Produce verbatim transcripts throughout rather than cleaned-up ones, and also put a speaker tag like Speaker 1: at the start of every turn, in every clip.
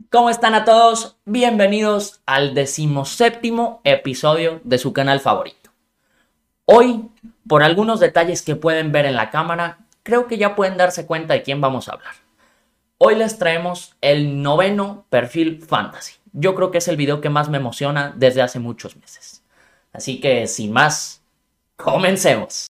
Speaker 1: ¿Cómo están a todos? Bienvenidos al decimoséptimo episodio de su canal favorito. Hoy, por algunos detalles que pueden ver en la cámara, creo que ya pueden darse cuenta de quién vamos a hablar. Hoy les traemos el noveno perfil fantasy. Yo creo que es el video que más me emociona desde hace muchos meses. Así que, sin más, comencemos.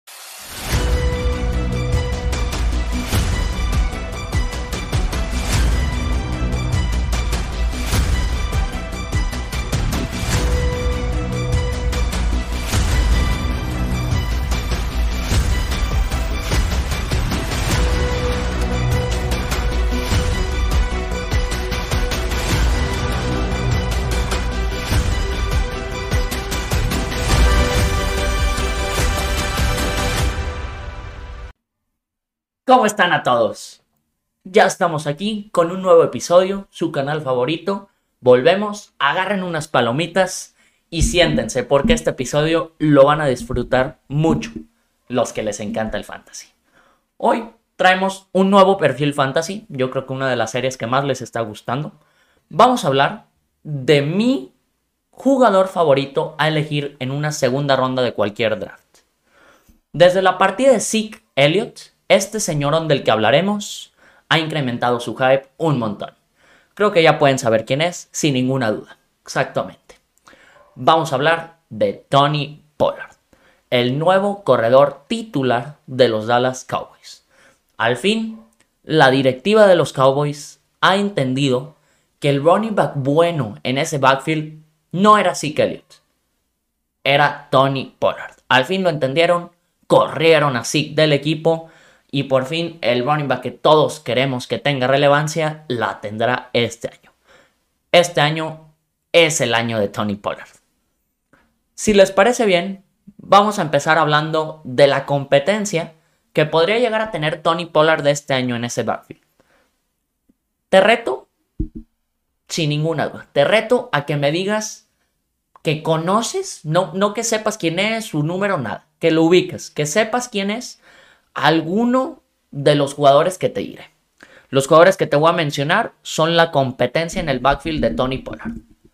Speaker 1: ¿Cómo están a todos? Ya estamos aquí con un nuevo episodio, su canal favorito. Volvemos, agarren unas palomitas y siéntense porque este episodio lo van a disfrutar mucho los que les encanta el fantasy. Hoy traemos un nuevo perfil fantasy, yo creo que una de las series que más les está gustando. Vamos a hablar de mi jugador favorito a elegir en una segunda ronda de cualquier draft. Desde la partida de Zeke Elliott, este señorón del que hablaremos ha incrementado su hype un montón. Creo que ya pueden saber quién es, sin ninguna duda. Exactamente. Vamos a hablar de Tony Pollard, el nuevo corredor titular de los Dallas Cowboys. Al fin, la directiva de los Cowboys ha entendido que el running back bueno en ese backfield no era Zeke Elliott, era Tony Pollard. Al fin lo entendieron, corrieron a Zeke del equipo y por fin el running back que todos queremos que tenga relevancia la tendrá este año. Este año es el año de Tony Pollard. Si les parece bien, vamos a empezar hablando de la competencia que podría llegar a tener Tony Pollard de este año en ese backfield. Te reto, sin ninguna duda, te reto a que me digas que conoces, no, no que sepas quién es, su número, nada, que lo ubiques, que sepas quién es alguno de los jugadores que te diré. Los jugadores que te voy a mencionar son la competencia en el backfield de Tony Pollard.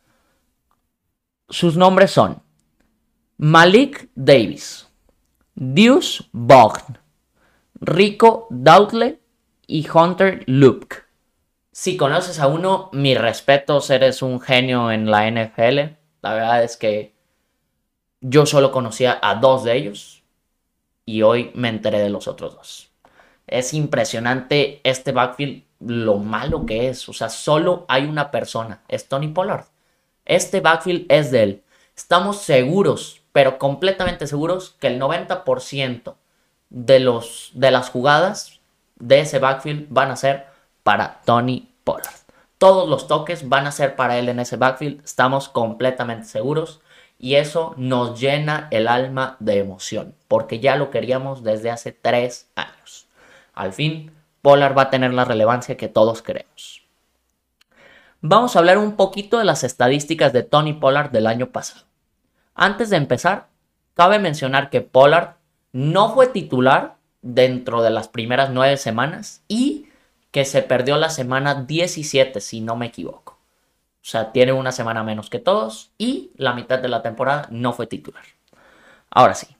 Speaker 1: Sus nombres son Malik Davis, Deuce Vaughn, Rico Dowdle y Hunter Luke. Si conoces a uno, mis respetos, eres un genio en la N F L. La verdad es que yo solo conocía a dos de ellos y hoy me enteré de los otros dos. Es impresionante este backfield, lo malo que es. O sea, solo hay una persona, es Tony Pollard. Este backfield es de él. Estamos seguros, pero completamente seguros, que el noventa por ciento de, los, de las jugadas de ese backfield van a ser para Tony Pollard. Todos los toques van a ser para él en ese backfield. Estamos completamente seguros. Y eso nos llena el alma de emoción, porque ya lo queríamos desde hace tres años. Al fin, Pollard va a tener la relevancia que todos queremos. Vamos a hablar un poquito de las estadísticas de Tony Pollard del año pasado. Antes de empezar, cabe mencionar que Pollard no fue titular dentro de las primeras nueve semanas y que se perdió la semana diecisiete, si no me equivoco. O sea, tiene una semana menos que todos y la mitad de la temporada no fue titular. Ahora sí.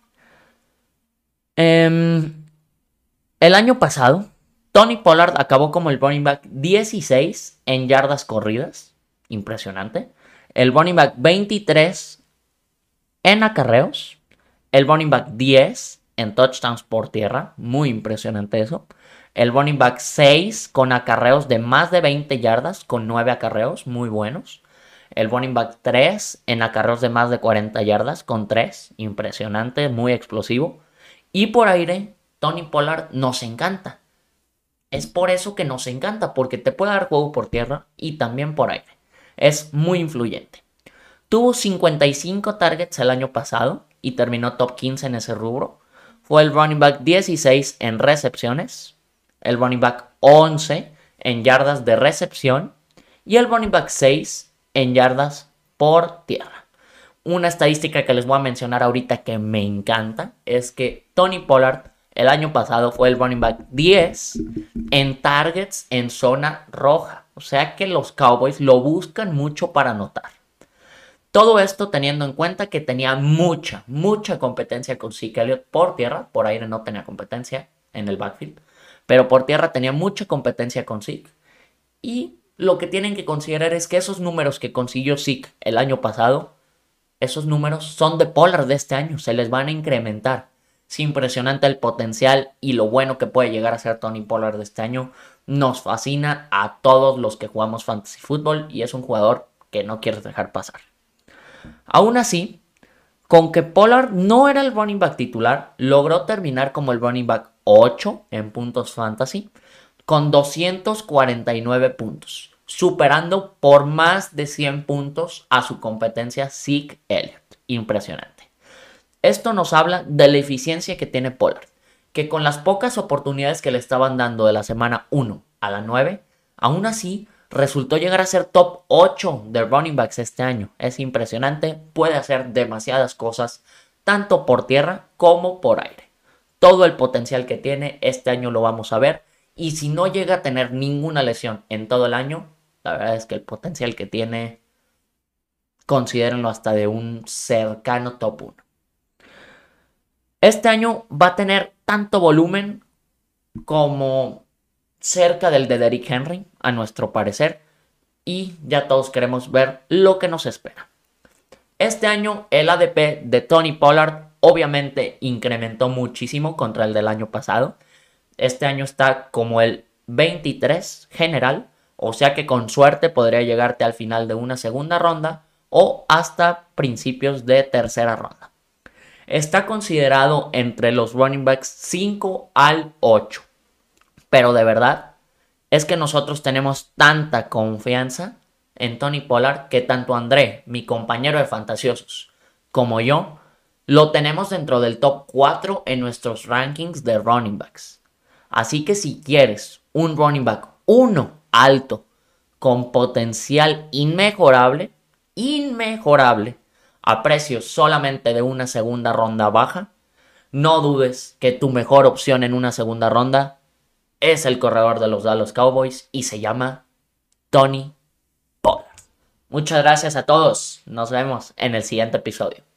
Speaker 1: Eh, el año pasado, Tony Pollard acabó como el running back dieciséis en yardas corridas. Impresionante. El running back veintitrés en acarreos. El running back diez en touchdowns por tierra. Muy impresionante eso. El running back seis con acarreos de más de veinte yardas, con nueve acarreos, muy buenos. El running back tres en acarreos de más de cuarenta yardas, con tres, impresionante, muy explosivo. Y por aire, Tony Pollard nos encanta. Es por eso que nos encanta, porque te puede dar juego por tierra y también por aire. Es muy influyente. Tuvo cincuenta y cinco targets el año pasado y terminó top quince en ese rubro. Fue el running back dieciséis en recepciones. El running back once en yardas de recepción y el running back seis en yardas por tierra. Una estadística que les voy a mencionar ahorita que me encanta es que Tony Pollard el año pasado fue el running back diez en targets en zona roja. O sea que los Cowboys lo buscan mucho para anotar. Todo esto teniendo en cuenta que tenía mucha, mucha competencia con Zeke Elliott por tierra. Por aire no tenía competencia en el backfield. Pero por tierra tenía mucha competencia con Zeke. Y lo que tienen que considerar es que esos números que consiguió Zeke el año pasado, esos números son de Pollard de este año. Se les van a incrementar. Es impresionante el potencial y lo bueno que puede llegar a ser Tony Pollard de este año. Nos fascina a todos los que jugamos fantasy fútbol y es un jugador que no quieres dejar pasar. Aún así, con que Pollard no era el running back titular, logró terminar como el running back ocho en puntos fantasy con doscientos cuarenta y nueve puntos, superando por más de cien puntos a su competencia Zeke Elliott. Impresionante. Esto nos habla de la eficiencia que tiene Pollard, que con las pocas oportunidades que le estaban dando de la semana uno a la nueve, aún así resultó llegar a ser top ocho de running backs este año. Es impresionante, puede hacer demasiadas cosas, tanto por tierra como por aire. Todo el potencial que tiene este año lo vamos a ver, y si no llega a tener ninguna lesión en todo el año, la verdad es que el potencial que tiene, considérenlo hasta de un cercano top uno. Este año va a tener tanto volumen como cerca del de Derrick Henry, a nuestro parecer, y ya todos queremos ver lo que nos espera. Este año el A D P de Tony Pollard obviamente incrementó muchísimo contra el del año pasado. Este año está como el veintitrés general, o sea que con suerte podría llegarte al final de una segunda ronda o hasta principios de tercera ronda. Está considerado entre los running backs cinco al ocho. Pero de verdad, es que nosotros tenemos tanta confianza en Tony Pollard que tanto André, mi compañero de fantasiosos, como yo, lo tenemos dentro del top cuatro en nuestros rankings de running backs. Así que si quieres un running back uno alto, con potencial inmejorable, inmejorable, a precios solamente de una segunda ronda baja, no dudes que tu mejor opción en una segunda ronda es el corredor de los Dallas Cowboys y se llama Tony Pollard. Muchas gracias a todos. Nos vemos en el siguiente episodio.